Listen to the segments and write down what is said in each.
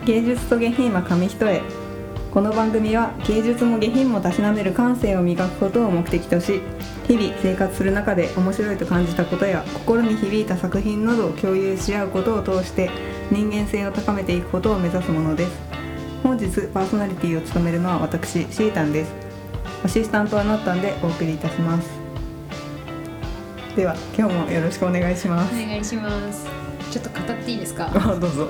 芸術と下品は紙一重。この番組は芸術も下品もたしなめる感性を磨くことを目的とし、日々生活する中で面白いと感じたことや心に響いた作品などを共有し合うことを通して人間性を高めていくことを目指すものです。本日パーソナリティを務めるのは私シータンです。アシスタントはなったんでお送りいたします。では今日もよろしくお願いします。 お願いします。ちょっと語っていいですか？ どうぞ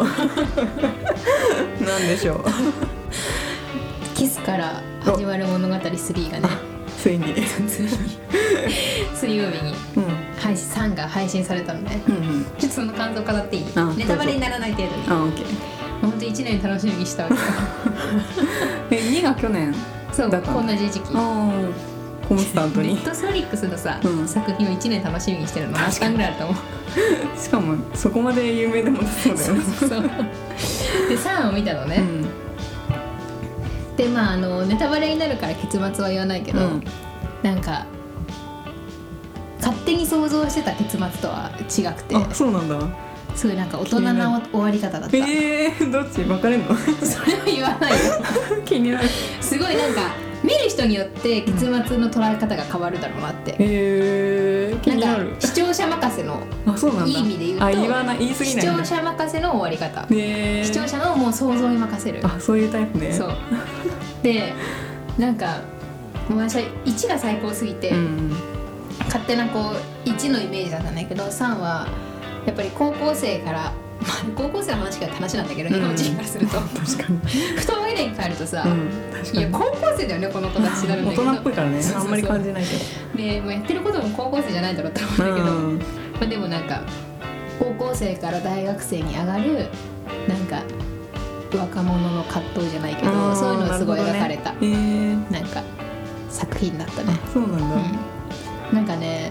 何でしょうキスから始まる物語3がねついに水曜日に、3が配信されたので、ちょっとその感想を語っていい？ネタバレにならない程度に。 OK。 本当1年楽しみにしたわけよ 2が去年そうだった同じ時期コンスタントにネットフリックスのさ、作品を1年楽しみにしてるの何巻ぐらいあると思うしかもそこまで有名でもなそうだよねそうで3を見たのね、でネタバレになるから結末は言わないけど、なんか勝手に想像してた結末とは違くて、 あ、そうなんだ。 すごいなんか大人な終わり方だった。 どっち分かれんのそれは言わないよ気になる。 すごいなんか見る人によって結末の捉え方が変わるだろうなって、 気になる。 なんか視聴者任せのいい意味で言うと、 言い過ぎない。 視聴者任せの終わり方、視聴者のもう想像に任せる。 あ、そういうタイプね。 そうで、なんかもう私は1が最高すぎて、勝手なこう1のイメージだったんだけど、3はやっぱり高校生から高校生の話からって話なんだけど、日本人からすると確かに布団上に帰るとさ、いや高校生だよねこの子たちになるんだけど、 大人っぽいからね、あんまり感じないけど、 でもうやってることも高校生じゃないだろうって思うんだけど、でもなんか高校生から大学生に上がるなんか若者の葛藤じゃないけど、そういうのがすごい描かれた、なんか作品だったね。 そうなんだ、 なんかね、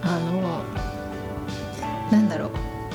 なんだろう、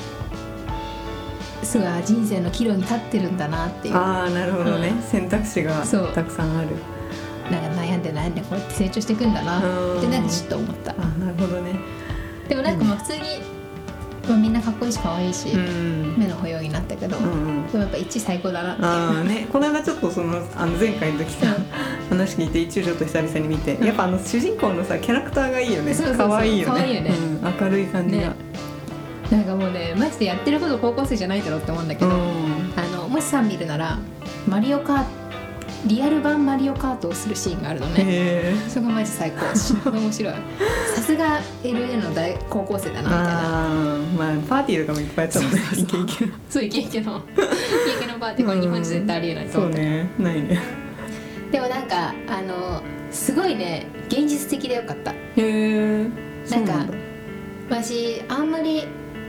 すごい人生の岐路に立ってるんだなっていう。 ああ、なるほどね、選択肢がたくさんある。 なんか悩んでこうやって成長していくんだなってなんかちょっと思った。 あ、なるほどね。でもなんか普通に、みんなかっこいいし可愛いし、目の保養になったけど、でもやっぱ1最高だなっていう。 この間ちょっと前回の時さ話聞いて一応ちょっと久々に見て、やっぱ主人公のさキャラクターがいいよね。可愛いよね。明るい感じが。 なんかもうね、マジでやってること高校生じゃないだろうって思うんだけど、もしさん見るならリアル版マリオカートをするシーンがあるのね。それがマジ最高。面白い。さすが LA の高校生だなみたいな。 パーティーとかもいっぱいやったもんね。 そうイケイケのパーティー、これ日本人絶対ありえないと思って。 そうね、ないね。 でもなんかすごいね、現実的でよかった。なんか私あんまり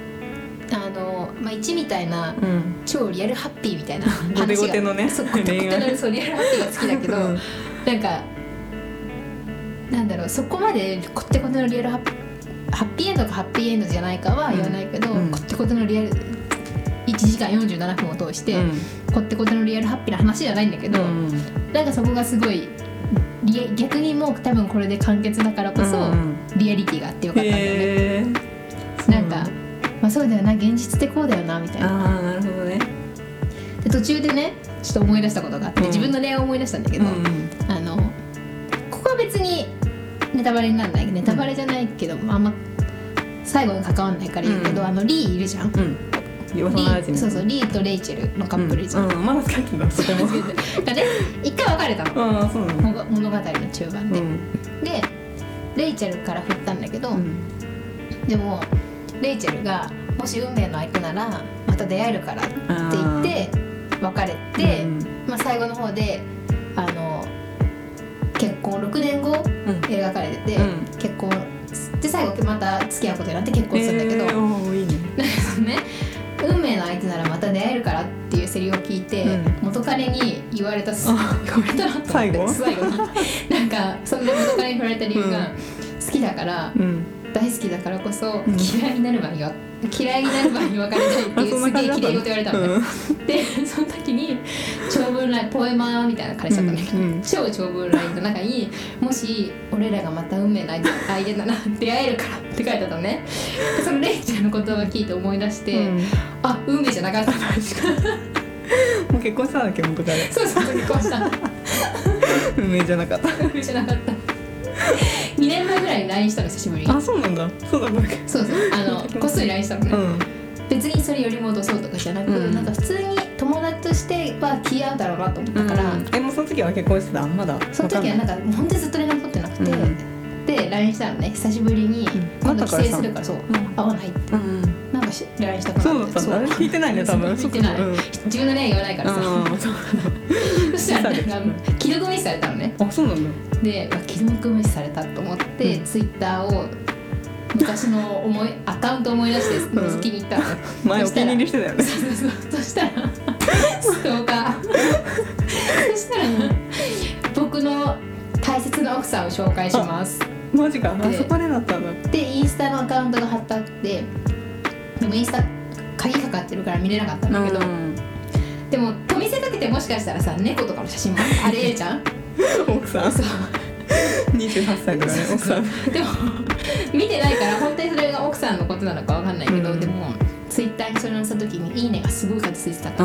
1みたいな、超リアルハッピーみたいな話がゴテゴテのね、 そうゴテゴテのそうリアルハッピーが好きだけど、なんかなんだろう、そこまでコテコテのリアルハッピーエンドかハッピーエンドじゃないかは言わないけど、コテコテのリアル1時間47分を通して、コテコテのリアルハッピーな話じゃないんだけど、なんかそこがすごい逆にもう多分これで完結だからこそ、リアリティがあってよかったんだよね。なんかそうだよな、現実ってこうだよなみたいな。 なるほどね。 で途中でね、ちょっと思い出したことがあって、自分の恋愛を思い出したんだけど、ここは別にネタバレにならない、ネタバレじゃないけど、あんま最後に関わんないから言うけど、リーいるじゃん。リーとレイチェルのカップルじゃん。 まだ使ってんだ、そこも。 がね、一回別れたの。物語の中盤で。で、レイチェルから振ったんだけど、でもレイチェルがもし運命の相手ならまた出会えるからって言って別れて、最後の方で結婚6年後描かれてて、結婚で最後また付き合うことになって結婚するんだけど、 いいね。 運命の相手ならまた出会えるからっていうセリフを聞いて、元彼に言われたなと思って最後になんかそんな元彼に振られた理由が、好きだから、大好きだからこそ嫌いになる前に別れたいっていうすげえ綺麗事言われたのね。でその時に長文 LINE ポエマーみたいな彼氏だったんだけど、超長文 LINE の中にもし俺らがまた運命の相手なら出会えるからって書いてあったのね。そのレイちゃんの言葉を聞いて思い出して、あ、運命じゃなかったんだもう結婚したんだっけ元カレ。 そう結婚した運命じゃなかった運命じゃなかった2年前ぐらいに LINE したの久しぶりに。 あ、そうなんだ。そうだっけ。 そうこっそり LINE したのね、別にそれより戻そうとかじゃなく、なんか普通に友達としては気合うだろうなと思ったから、 もうその時は結婚してた？まだその時はなんか本当にずっと連絡取ってなくて、で LINE したのね、久しぶりに今度帰省するからそう会わないって、なんか LINE したくなって。 そうだったんだ。聞いてないね多分。 聞いてない、自分の恋愛言わないからさ。そしたら既読無視されたのね。 あ、そうなんだ。 で既読無視されたと思って、Twitter を昔のアカウント思い出して覗きに行ったの。 前お気に入りしてたよね。 そしたらストーカーそしたら僕の大切な奥さんを紹介します。 マジか。あそこでだったんだ。 でインスタのアカウントが貼ってあって、でもインスタ鍵かかってるから見れなかったんだけど、でもと見せかけてもしかしたらさ、猫とかの写真もあれじゃん奥さん。そう28歳とかね、奥さん。 でも見てないから本当にそれが奥さんのことなのかわかんないけど、でもツイッターにそれ載せた時にいいねがすごい数ついてたから、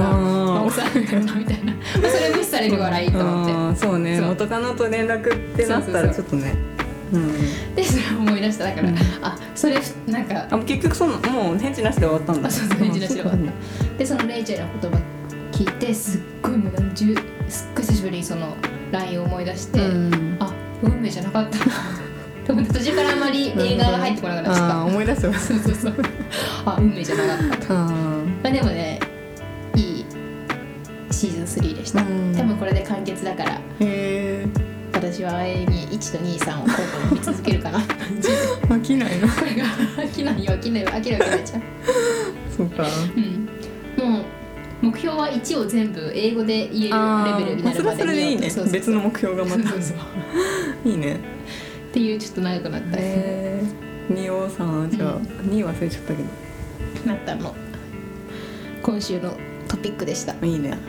奥さんだなみたいなそれ無視されるからいいと思って。そうね、 元カノと連絡ってなったらちょっとね。 でそれを思い出した。だから、あ、それなんか結局もう返事なしで終わったんだ。 そう返事なしで終わった。でそのレイチェルの言葉聞いてすっごい久しぶりにその LINE を思い出して、あ、運命じゃなかったなと思って、途中からあんまり映画が入ってこなくなっちゃった。 思い出してます。 そうあ、運命じゃなかったと。まあでもね、いいシーズン3でした。多分これで完結だから、私は永遠に1と2、3を交互に見続けるかなって感じ。 飽きないの？ これが飽きないよ、飽きるわけないじゃん。 そうか。 もう目標は1を全部英語で言えるレベルになるまで。 それでいいね。別の目標がまたいいね。 っていうちょっと長くなった 2をさ、じゃあ2忘れちゃったけどなったの今週のトピックでした。 いいね。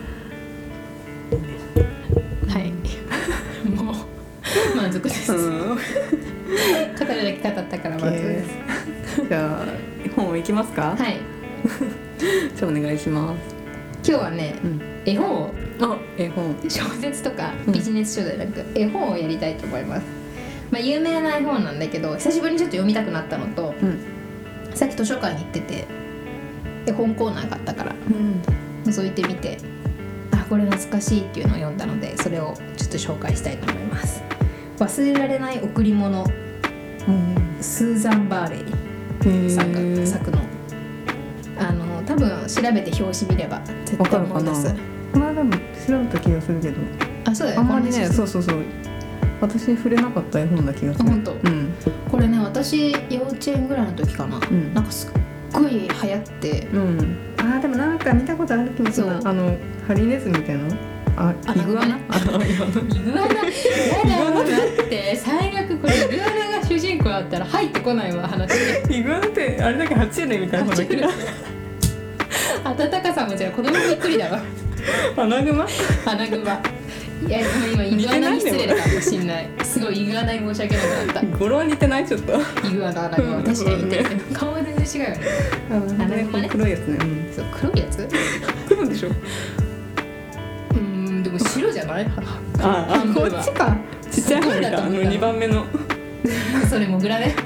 はい。もう満足です。語るだけ語ったから満足です。 じゃあ本いきますか？ はい。 じゃあお願いします。 今日はね、絵本を、小説とかビジネス書じゃなく絵本をやりたいと思います。まあ有名な絵本なんだけど、久しぶりにちょっと読みたくなったのと、さっき図書館に行ってて絵本コーナーがあったから、覗いてみて、あ、これ懐かしいっていうのを読んだので、それをちょっと紹介したいと思います。忘れられない贈り物、スーザン・バーレイ作の多分調べて表紙見れば絶対思い出す。 この間も調べた気がするけど、 あ、そうだよ。 あんまりね、そう私触れなかった絵本な気がする。 本当。これね、私幼稚園ぐらいの時かな、なんかすっごい流行って、 でもなんか見たことある気もするな。ハリネズミみたいな、イグアナ？ イグアナだって最悪。これイグアナが主人公だったら入ってこないわ話。 イグアナってあれだけ爬虫類みたいなのだけど、 暖かさもじゃあ子供びっくりだわ。 アナグマ。 いや、今イグアナに失礼だかもしんない。すごいイグアナに申し訳なかった。 語呂は似てない？ちょっとイグアナ、アナグマ、確かに似てる。顔が全然違うよね。アナグマね。 黒いやつね。 そう、黒いやつ？ 黒でしょ。 でも白じゃない？ こっちか。ちっちゃい方か。2番目の。 それモグラね。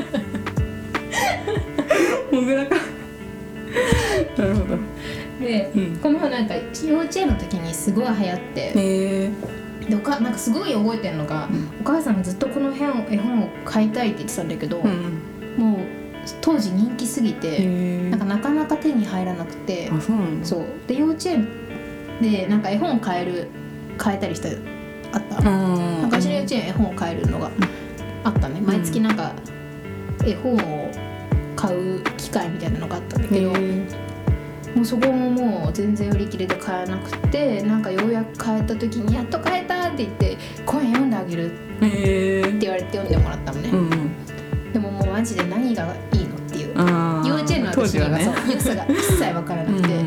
モグラか。なるほど。 で、このなんか幼稚園の時にすごい流行って、でなんかすごい覚えてるのが、お母さんがずっとこの絵本を買いたいって言ってたんだけど、もう当時人気すぎてなんかなかなか手に入らなくて、そうで幼稚園でなんか絵本を買えたりしたあった。なんか私の幼稚園絵本を買えるのがあったね。毎月なんか絵本を買う機会みたいなのがあったんだけど、もうそこももう全然売り切れで買えなくて、なんかようやく買えた時にやっと買えたって言って今夜読んであげるって言われて読んでもらったのね。でももうマジで何がいいのっていう、幼稚園の私にはそう良さが一切分からなくて、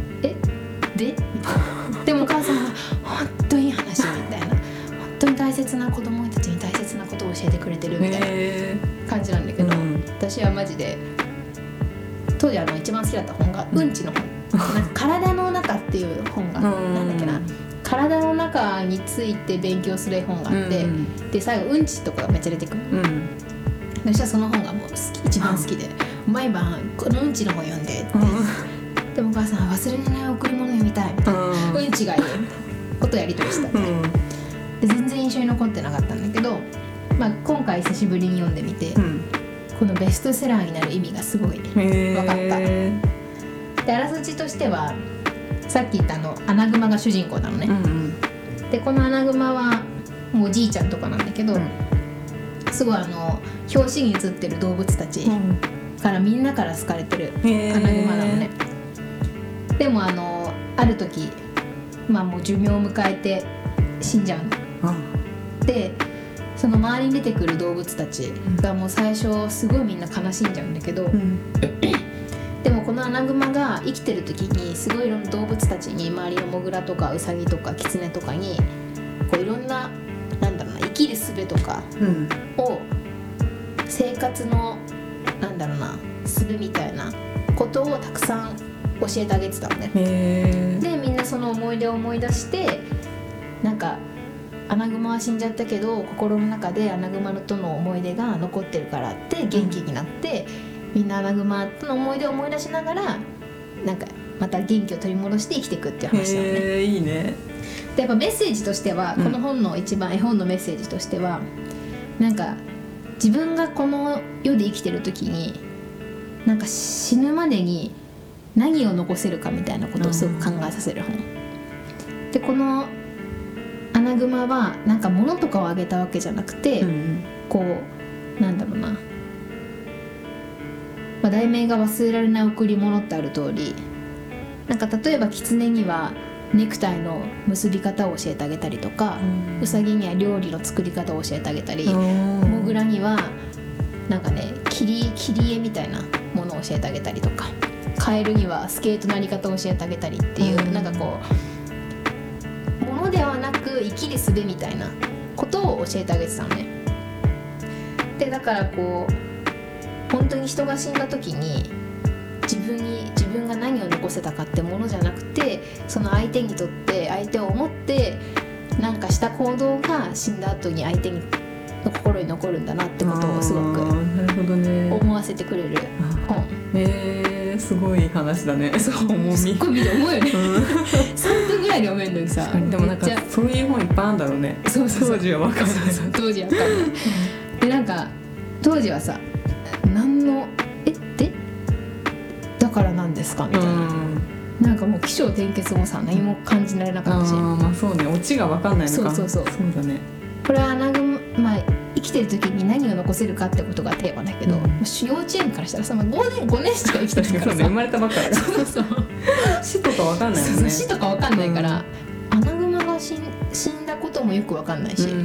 でもお母さんは本当にいい話みたいな、本当に大切な子供たちに大切なことを教えてくれてるみたいな感じなんだけど、私はマジで当時一番好きだった本がうんちの本なんか体の中っていう本がなんだっけな、体の中について勉強する絵本があって、で最後うんちとかがめっちゃ出てくる、私はその本がもう一番好きで、毎晩このうんちの本読んでって、でもお母さん忘れない贈り物読みたいみたいな、うんちがいいことやりとりしたみたいな、で全然印象に残ってなかったんだけど、今回久しぶりに読んでみて、このベストセラーになる意味がすごい分かった。であらすじとしてはさっき言ったアナグマが主人公なのね、でこのアナグマはもうおじいちゃんとかなんだけど、すごい表紙に写ってる動物たちからみんなから好かれてるアナグマなのね。でもある時、もう寿命を迎えて死んじゃうの、でその周りに出てくる動物たちがもう最初すごいみんな悲しんじゃうんだけど、でもこのアナグマが生きてる時にすごいいろんな動物たちに、周りのモグラとかウサギとかキツネとかにこういろんな生きる術とかを、生活の術みたいなことをたくさん教えてあげてたのね。でみんなその思い出を思い出して、アナグマは死んじゃったけど心の中でアナグマとの思い出が残ってるからって元気になって、みんなアナグマとの思い出を思い出しながらまた元気を取り戻して生きていくっていう話なのね。 いいね。 でやっぱメッセージとしては、この本の一番絵本のメッセージとしては、自分がこの世で生きてる時に死ぬまでに何を残せるかみたいなことをすごく考えさせる本で、このアナグマは物とかをあげたわけじゃなくて、こう題名が忘れられない贈り物ってある通り、例えばキツネにはネクタイの結び方を教えてあげたりとか、ウサギには料理の作り方を教えてあげたり、モグラには切り絵みたいなものを教えてあげたりとか、カエルにはスケートのやり方を教えてあげたりっていう、物ではなく生きる術みたいなことを教えてあげてたのね。でだから本当に人が死んだ時に自分が何を残せたかってものじゃなくて、その相手にとって相手を思ってした行動が死んだ後に相手の心に残るんだなってことをすごく思わせてくれる本。 すごい話だね。 すっごい重いよね。3分ぐらいで読めるのにさ。 でもそういう本いっぱいあるんだろうね。当時は分かんない。 当時は分かんない。で当時はさ、だから何ですかみたいな、もう起承転結もさ何も感じられなかったし、 そうね、オチが分かんないのか。そうだね。 これは生きてる時に何を残せるかってことがテーマだけど、幼稚園からしたらさ、5年しか生きてないからさ、 生まれたばっかだから死とか分かんないよね。 死とか分かんないから、アナグマが死んだこともよく分かんないし、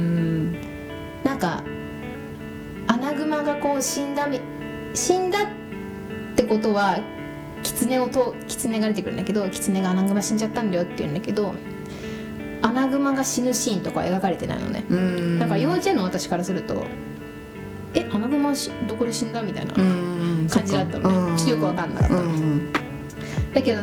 アナグマが死んだってことはキツネが出てくるんだけど、キツネがアナグマ死んじゃったんだよって言うんだけど、アナグマが死ぬシーンとかは描かれてないのね。だから幼稚園の私からすると、アナグマどこで死んだみたいな感じだったのね。よく分かんなかったの。だけど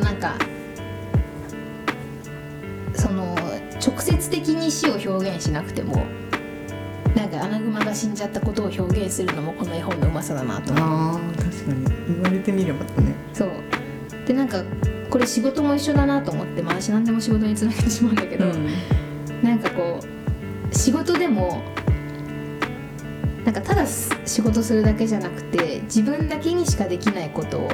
その直接的に死を表現しなくても、アナグマが死んじゃったことを表現するのもこの絵本のうまさだなと思う。 確かに言われてみればだね。 そうでこれ仕事も一緒だなと思って、私何でも仕事につなげてしまうんだけど、仕事でもただ仕事するだけじゃなくて、自分だけにしかできないことを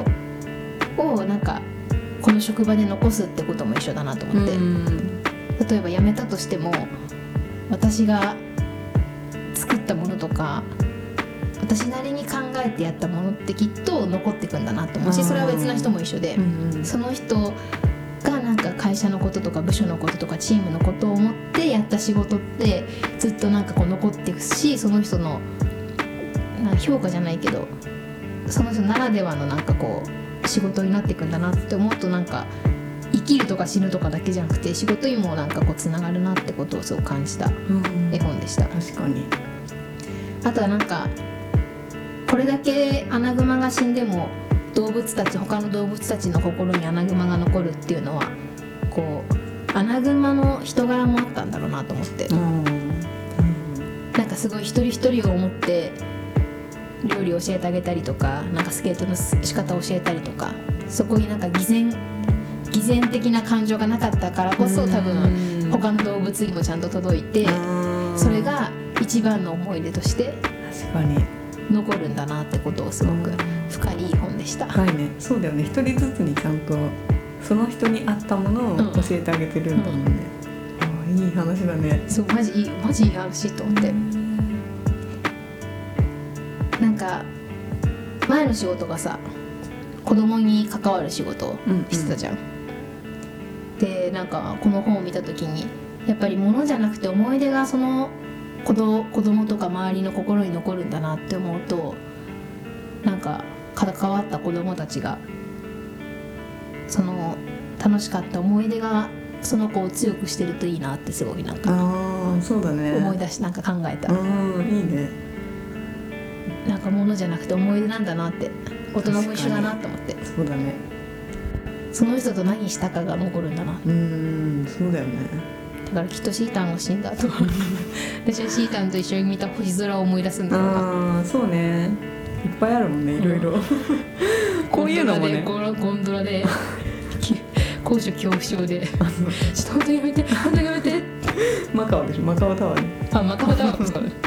この職場で残すってことも一緒だなと思って、例えば辞めたとしても、私が作ったものとか私なりに考えてやったものってきっと残ってくんだなと思うし、それは別な人も一緒で、その人が会社のこととか部署のこととかチームのことを思ってやった仕事ってずっと残っていくし、その人の評価じゃないけどその人ならではの仕事になっていくんだなって思うと、生きるとか死ぬとかだけじゃなくて仕事にもつながるなってことをすごく感じた絵本でした。 確かに。 あとはこれだけアナグマが死んでも他の動物たちの心にアナグマが残るっていうのはこうアナグマの人柄もあったんだろうなと思って、なんかすごい一人一人を思って料理を教えてあげたりとか、なんかスケートの仕方を教えたりとか、そこになんか偽善的な感情がなかったからこそ多分他の動物にもちゃんと届いて、それが一番の思い出として残るんだなってことをすごく深い本でした。 深いね。そうだよね。一人ずつにちゃんとその人に合ったものを教えてあげてるんだもんね。いい話だね。 そう、マジいい話と思って。なんか前の仕事がさ、子供に関わる仕事をしてたじゃん。で、なんかこの本を見た時にやっぱり物じゃなくて思い出がその子供とか周りの心に残るんだなって思うと、なんか関わった子供たちがその楽しかった思い出がその子を強くしてるといいなってすごいなんかそうだね、 思い出しなんか考えた。 いいね。 なんか物じゃなくて思い出なんだなって、大人も一緒だなと思って。 そうだね。 その人と何したかが残るんだな。 そうだよね。 だからきっとシータンが死んだ後私はシータンと一緒に見た星空を思い出すんだろうな。 そうね。いっぱいあるもんね、いろいろ。こういうのもね、 ゴンドラで高所恐怖症でちょっと本当にやめてマカオでしょ、マカオタワーね。 マカオタワーそうだね。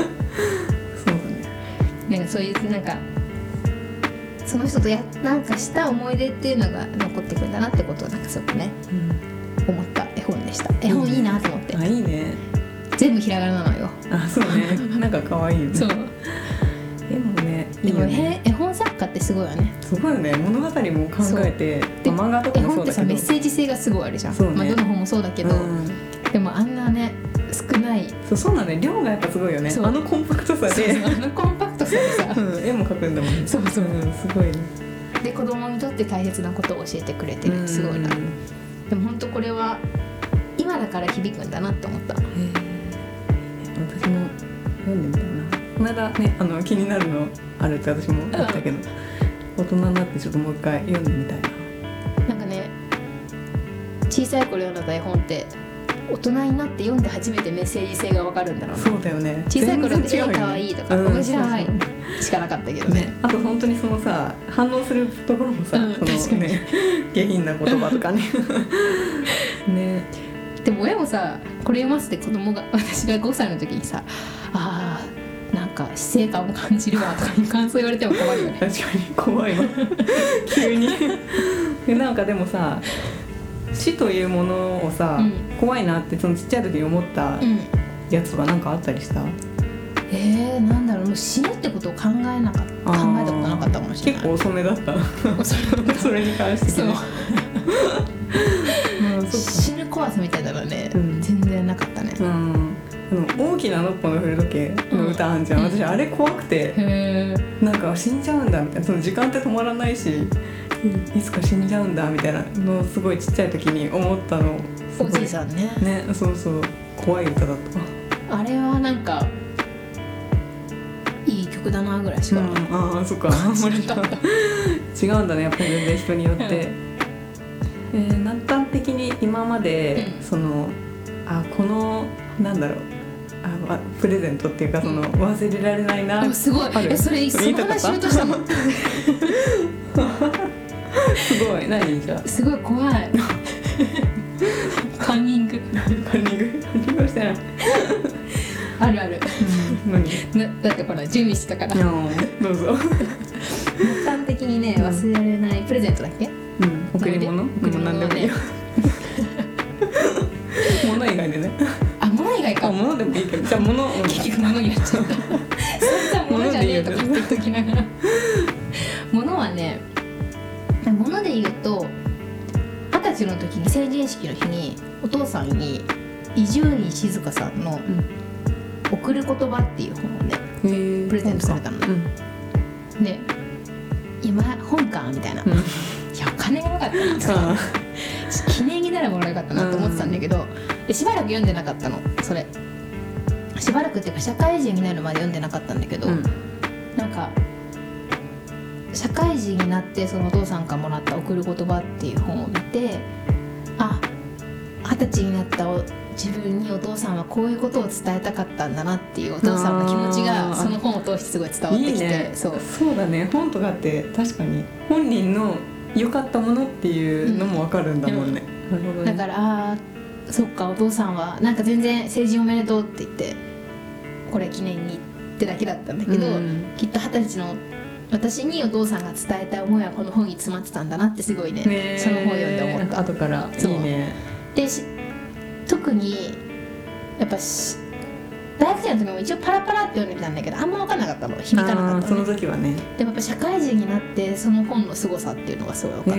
なんかそういうなんかその人となんかした思い出っていうのが残ってくるんだなってことをなんかすごくね、思った絵本でした。絵本いいなと思って。 いいね。 全部ひらがななのよ。 そうね。なんか可愛いよね。 そう。 絵もね、 でも絵本作家ってすごいよね。 すごいよね。物語も考えて、漫画とかもそうだけど。絵本ってさ、メッセージ性がすごいあるじゃん。どの本もそうだけど、でもあんなね少ない。 そうなんだね。量がやっぱすごいよね。コンパクトさで。 コンパクトさでさ、 絵も描くんだもんね。そうすごいね。 で子供にとって大切なことを教えてくれてる。すごいな。でも本当これは今だから響くんだなって思った。私も読んでみたいな。この間ね、気になるのあるって私も言ったけど、大人になってちょっともう一回読んでみたいな。 なんかね、小さい頃読んだ絵本って大人になって読んで初めてメッセージ性が分かるんだろうな。 そうだよね。 小さい頃ってかわいいとか面白いしかなかったけどね。 あと本当にそのさ、反応するところもさ、そのね、下品な言葉とかね。ね。 でも親もさ、これ読ませて子供が、私が5歳の時にさ、なんか死生観を感じるわとかいう感想言われても困るよね。 確かに怖いわ。急に。なんかでもさ、死というものをさ、怖いなってそのちっちゃい時に思ったやつとかなんかあったりした？ なんだろう、もう死ぬってことを考えたことなかったかもしれない。 結構遅めだった。それに関して、ね。 死ぬ怖さみたいなのはね、全然なかったね。 大きなのっぽの古時計の歌あんじゃん。私あれ怖くて、なんか死んじゃうんだみたいな、その時間って止まらないし、いつか死んじゃうんだみたいなのをすごいちっちゃい時に思ったの。 おじいさんね。 そう怖い歌だった。 あれはなんかいい曲だなぐらいしかそっか。あんまり違うんだね、やっぱり全然人によって。ナッタン的に今までそのこのなんだろう、プレゼントっていうか、その忘れられないな。 すごい。それその話しようとしたの。 すごい。何じゃあ。 すごい怖い。カンニングしてない。 あるある。 何？ だってほら準備してたから。 どうぞ。 ナッタン的にね、忘れられないプレゼントだっけ？ 贈り物？何でもいいよ。物以外でね。 物以外か。 物でもいいけど、じゃあ物。 結局物になっちゃった。そんな物じゃねえとか言っておきながら。物はね、物で言うと20歳の時に成人式の日にお父さんに伊集院静香さんの「贈る言葉」っていう本をねプレゼントされたのね。で、今本かみたいな。いやお金がなかったな。記念になるものがよかったなと思ってたんだけど、しばらく読んでなかったの。それしばらくっていうか社会人になるまで読んでなかったんだけど、なんか社会人になってそのお父さんからもらった贈る言葉っていう本を見て、あ、20歳になった自分にお父さんはこういうことを伝えたかったんだなっていうお父さんの気持ちがその本を通してすごい伝わってきて、いいね、 そうだね。本とかって確かに本人の良かったものっていうのも分かるんだもんね、なるほどね。 だからそっか、お父さんはなんか全然成人おめでとうって言ってこれ記念にってだけだったんだけど、きっと20歳の私にお父さんが伝えた思いはこの本に詰まってたんだなってすごいね、その本読んで思った。 後からいいね。 で特にやっぱ大学生の時も一応パラパラって読んでみたんだけど、あんま分かんなかったの、響かなかったの、ね、 その時はね。 でもやっぱ社会人になってその本の凄さっていうのがすごい分かって、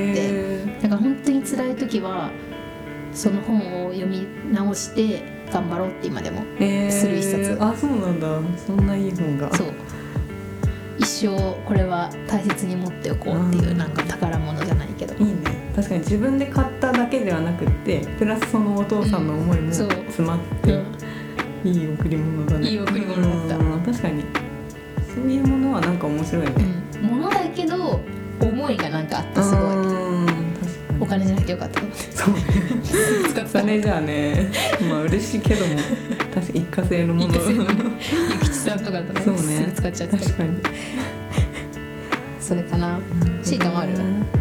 だから本当に辛い時はその本を読み直して頑張ろうって今でもする一冊。 あ、そうなんだ。そんないい本が。 そう、一生これは大切に持っておこうっていう、なんか宝物じゃないけど。 いいね。確かに自分で買っただけではなくってプラスそのお父さんの思いも詰まって、いい贈り物だね。 いい贈り物だった。 確かにそういうものはなんか面白いね、 物だけど思いがなんかあった。すごいお金じゃなくてよかったと思って。 そうね使ったね。じゃあね、まあ嬉しいけども確か一過性のもの。 ゆきちさんとかだとね、 そうね、 すぐ使っちゃって。 確かにそれかな。シータもある？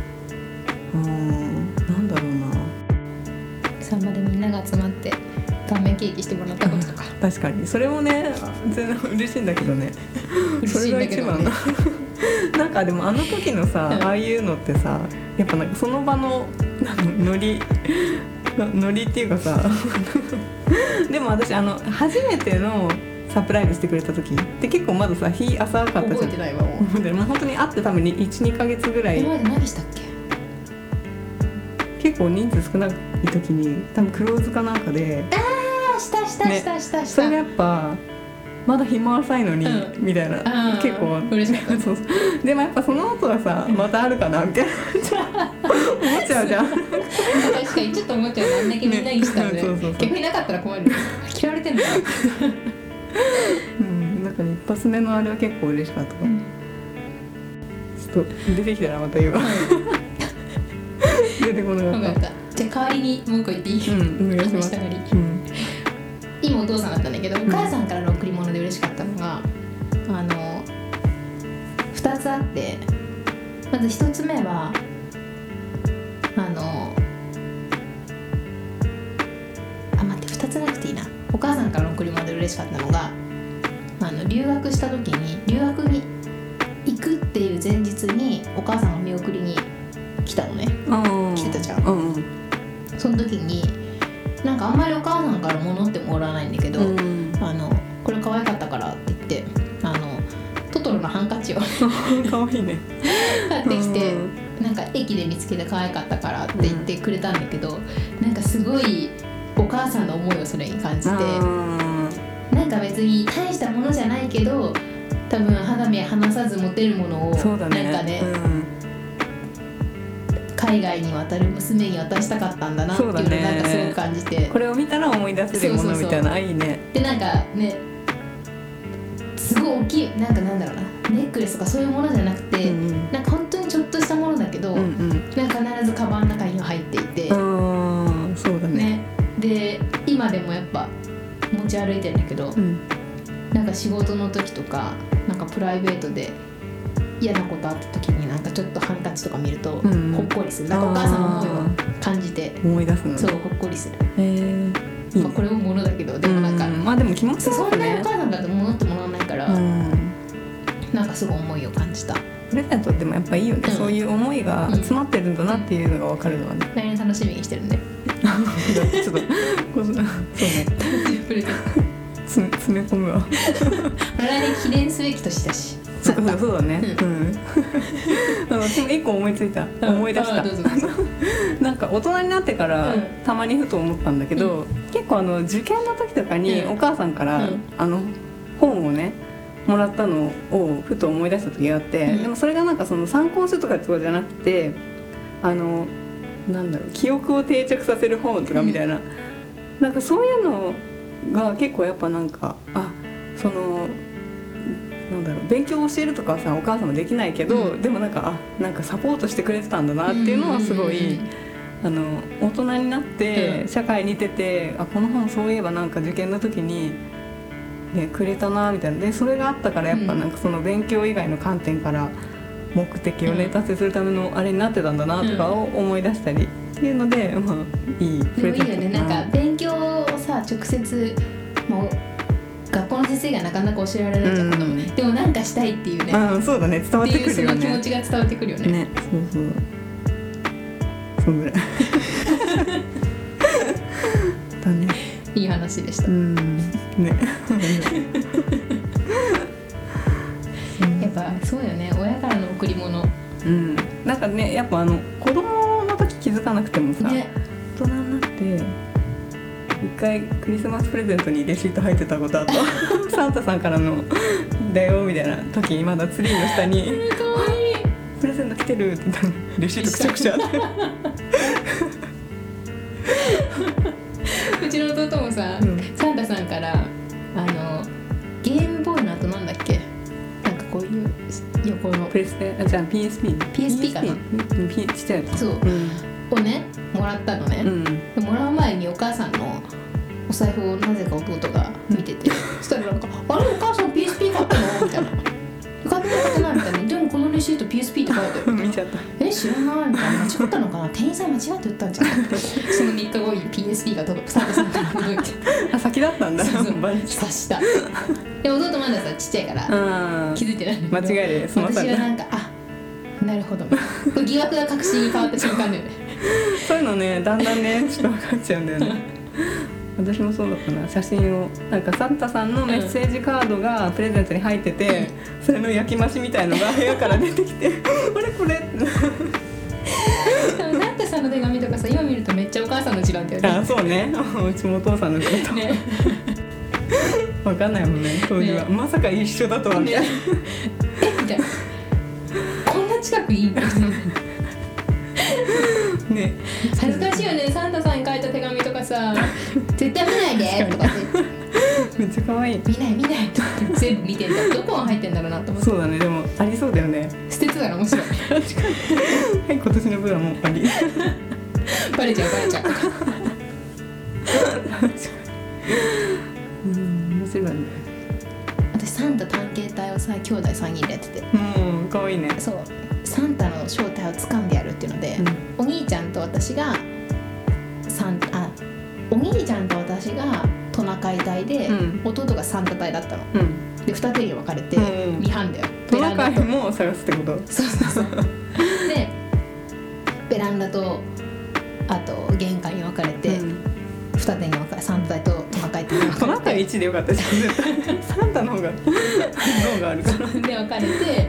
なんだろうな。 サンバでみんなが集まって顔面ケーキしてもらったこととか。 確かにそれもね、全然嬉しいんだけどね。 嬉しいんだけどね。 なんかでもあの時のさ、ああいうのってさ、やっぱなんかその場のノリっていうかさでも私初めてのサプライズしてくれた時って結構まださ、日浅かったじゃん。 覚えてないわもう。 もう本当に会って多分 1,2 ヶ月ぐらい。 今まで何したっけ。 結構人数少ない時に多分クローズかなんかで、 した、 それがやっぱまだ暇浅いのに、みたいな、結構嬉しかった。 そうでもやっぱその後はさ、またあるかなみたいな思っちゃうじゃん。 確かにちょっと思っちゃう。あんだけみんなにしたので、逆になかったら困る。嫌われてんだよ。 なんか一発目のあれは結構嬉しかった。ちょっと出てきたらまた言うわ。出てこなかった。 じゃあ代わりに文句言っていい？ お願いします。 今お父さんだったんだけど、お母さんからの贈り物で嬉しかったのが2つあって、まず1つ目は待って2つなくていいな。お母さんからの贈り物で嬉しかったのが留学した時に留学に行くっていう前日にお母さんが見送りに来たのね。来てたじゃん、その時になんかあんまりお母さんから物ってもらわないんだけど、これ可愛かったからって言ってトトロのハンカチを可愛いね買ってきて、なんか駅で見つけて可愛かったからって言ってくれたんだけど、なんかすごいお母さんの思いをそれに感じて、なんか別に大したものじゃないけど多分肌身離さず持てるものを、なんかね、海外に渡る娘に渡したかったんだなっていうのをなんかすごく感じて、 これを見たら思い出せるものみたいな。いいね。でなんかね、すごい大きいなんだろうな、ネックレスとかそういうものじゃなくて、なんか本当にちょっとしたものだけど、なんか必ずカバンの中に入っていて、 そうだね。 で今でもやっぱ持ち歩いてるんだけど、なんか仕事の時とかなんかプライベートで嫌なことあった時になんかちょっとハンカチとか見るとほっこりする。なんかお母さんの思いを感じて思い出すの。 そう、ほっこりする。まあこれも物だけど、でもなんかまあでも気持ちそんなにお母さんだと物ってもらわないから、なんかすごい思いを感じた。 プレゼントってもやっぱいいよね、そういう思いが詰まってるんだなっていうのが分かるのはね。 来年楽しみにしてるんでちょっとそうねプレゼント詰め込むわ。 来年記念すべき年だし。 そうだね。私も一個思い出した。なんか大人になってからたまにふと思ったんだけど、結構受験の時とかにお母さんから本をねもらったのをふと思い出した時があって、でもそれがなんかその参考書とかってことじゃなくて、なんだろう、記憶を定着させる本とかみたいな、なんかそういうのが結構やっぱなんかそのなんだろう、勉強を教えるとかはさお母さんもできないけど、でもなんかサポートしてくれてたんだなっていうのはすごい、大人になって社会に出て、この本そういえばなんか受験の時に、ね、くれたなみたいなで、それがあったからやっぱなんかその勉強以外の観点から目的をね達成するためのあれになってたんだなとかを思い出したりっていうので、いいプレゼント。 でもいいよね、なんか勉強をさ直接もう学校の先生がなかなか教えられないじゃん、子供ね。でもなんかしたいっていうね、 そうだね、伝わってくるよね。っていうその気持ちが伝わってくるよね。 ね、そうそうぐらいだね。 いい話でした。 ねやっぱそうよね、親からの贈り物。 なんかね、やっぱ子供の時気づかなくてもさ、大人になって一回クリスマスプレゼントにレシート入ってたことあとサンタさんからのだよみたいな時にまだツリーの下にかわいいプレゼント来てるって言ったらレシートくちゃくちゃあってうちの弟もさ、サンタさんからゲームボーイの後なんだっけ、なんかこういう横のプレステ、じゃあ PSP かな、 ちっちゃいやつ、 そう、をねもらったのね、でもらう前にお母さんのお財布をなぜか弟が見てて、そしたらなんか「あれお母さん PSP 買ったの?」みたいな「買ってないみたいな「でもこのレシート PSP って書いてある」 見ちゃった知らない」みたいな「間違ったのかな、店員さん間違って言ったんじゃん」その3日後に PSP がサンタさんから届いて先だったんだ。 そう察したでも弟まださちっちゃいから気づいてないんだけど、 間違いで済まされた。 私はなんかなるほど、これ疑惑が確信に変わった瞬間だよねそういうのね、だんだんねちょっと分かっちゃうんだよね私もそうだったな。写真をなんかサンタさんのメッセージカードがプレゼントに入ってて、それの焼き増しみたいのが部屋から出てきてあれこれサンタさんの手紙とかさ、今見るとめっちゃお母さんの字なんだよね。 そうね、うちもお父さんの字だとね分かんないもんね当時は、まさか一緒だとはみたいな、 みたいなこんな近くいいんだね、 恥ずかしいよね、サンタさんに書いた手紙とかさ絶対見ないでとかってめっちゃ可愛い。 見ないとかって全部見てんだ、どこが入ってんだろうなと思って。 そうだね、でもありそうだよね。 捨ててたら面白い。 確かにはい、今年の分はもう終わりバレちゃう面白いね。 私サンタ探検隊をさ兄弟3人でやってて、 可愛いね。 そうサンタの正体を掴んでやるっていうので、お兄ちゃんと私がお兄ちゃんと私がトナカイ隊で、弟がサンタ隊だったの、で2手に分かれて見張んだよ、 トナカイも探すってこと？ そうでベランダとあと玄関に分かれて、二手に分かれ、サンタ隊とトナカイ隊に分かれて、 トナカイ1でよかったし絶対サンタの方が脳があるからで分かれて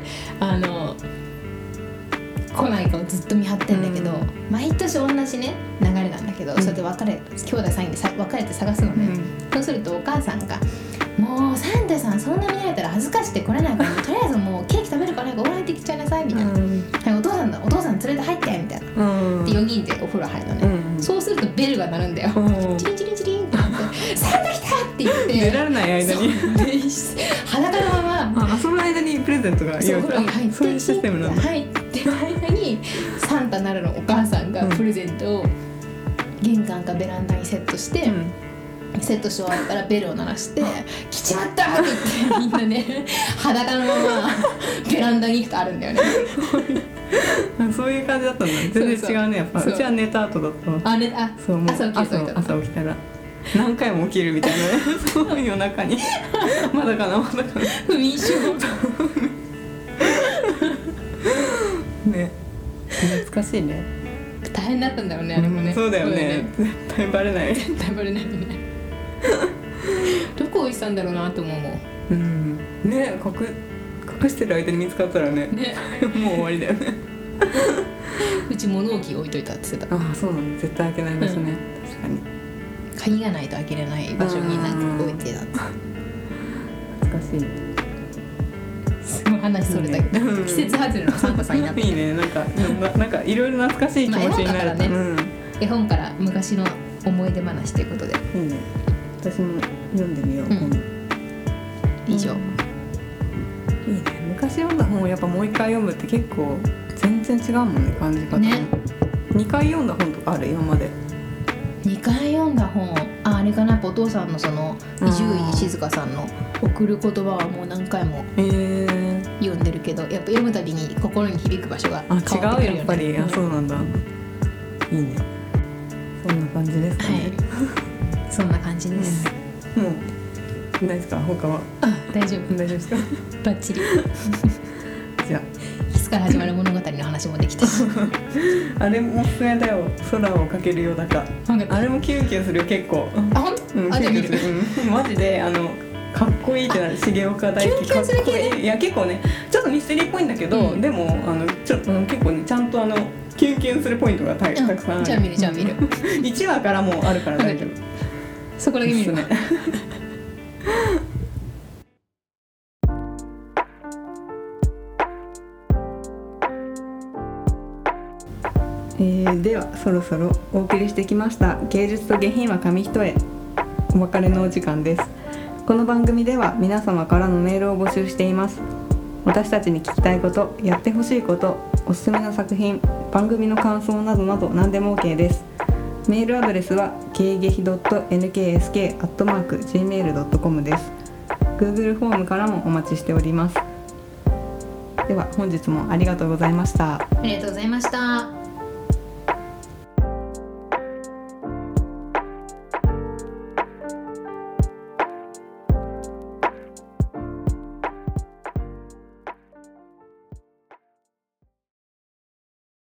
来ないかをずっと見張ってんだけど、毎年同じね流れなんだけど、そうやって兄弟3人で分かれて探すのね、そうするとお母さんが「もうサンタさんそんな見られたら恥ずかしくて来れないから、とりあえずもうケーキ食べるからお風呂入ってきちゃいなさい」みたいな、はい、お父さん連れて入ってみたいな、で4人でお風呂入るのね、そうするとベルが鳴るんだよ、チリンチリンチリンってなって「サンタ来た!」って言って出られない間に裸のままその間にプレゼントが用意されて、そういうシステムなんだ。 入ってる間にサンタなるのお母さんがプレゼントを玄関かベランダにセットして、セットして終わったらベルを鳴らして「来ちまった!」って言ってみんなね裸のままベランダに行くとあるんだよねそういう感じだったんだ。全然違うね、やっぱ。うちは寝た後だったわ。そう、もう朝起きたら何回も起きるみたいなねそういう夜中にまだかな不眠症ね、懐かしいね。 大変だったんだろうね、あれもね。 そうだよね、絶対バレない。 絶対バレないよねどこ置いてたんだろうなと思うもん。 ね、隠してる間に見つかったらねもう終わりだよねうち物置置いといたって言ってた。 そうなんだ、絶対開けない場所ね、確かに。 鍵がないと開けれない場所になんか置いてたって。 懐かしい。 すごい話それだけど、季節外れのサンタさんになっていいね、なんかいろいろ懐かしい気持ちになる。 絵本から昔の思い出話ということで。 いいね、私も読んでみよう。 以上。 昔読んだ本をやっぱもう一回読むって結構全然違うもんね、感じ方ね。2回読んだ本とかある今まで。 2回読んだ本、あれかな、やっぱお父さんのその伊集院静香さんの送る言葉はもう何回も読んでるけど、やっぱ読むたびに心に響く場所が変わってくるよね。 違うやっぱり、そうなんだ。いいね。そんな感じですかね。はい、 そんな感じです。 もうないですか他は？ 大丈夫ですか？ バッチリ。 じゃあいつから始まる物語の話もできたしあれもおすすめだよ、空をかけるよだか。あれもキュンキュンするよ結構。 あ、ほんと？あ、じゃあ見る。 マジでかっこいいってなる。重岡大毅かっこいい。いや結構ねちょっとミステリーっぽいんだけど、でも結構ねちゃんとキュンキュンするポイントがたくさんある。 じゃあ見る 1話からもあるから大丈夫。 そこだけ見るね。 ではそろそろお送りしてきました芸術と下品は紙一重、お別れのお時間です。この番組では皆様からのメールを募集しています。私たちに聞きたいこと、やってほしいこと、おすすめの作品、番組の感想などなど何でも OK です。メールアドレスは kgehi.nksk@gmail.com です。 Google フォームからもお待ちしております。では本日もありがとうございました。 ありがとうございました。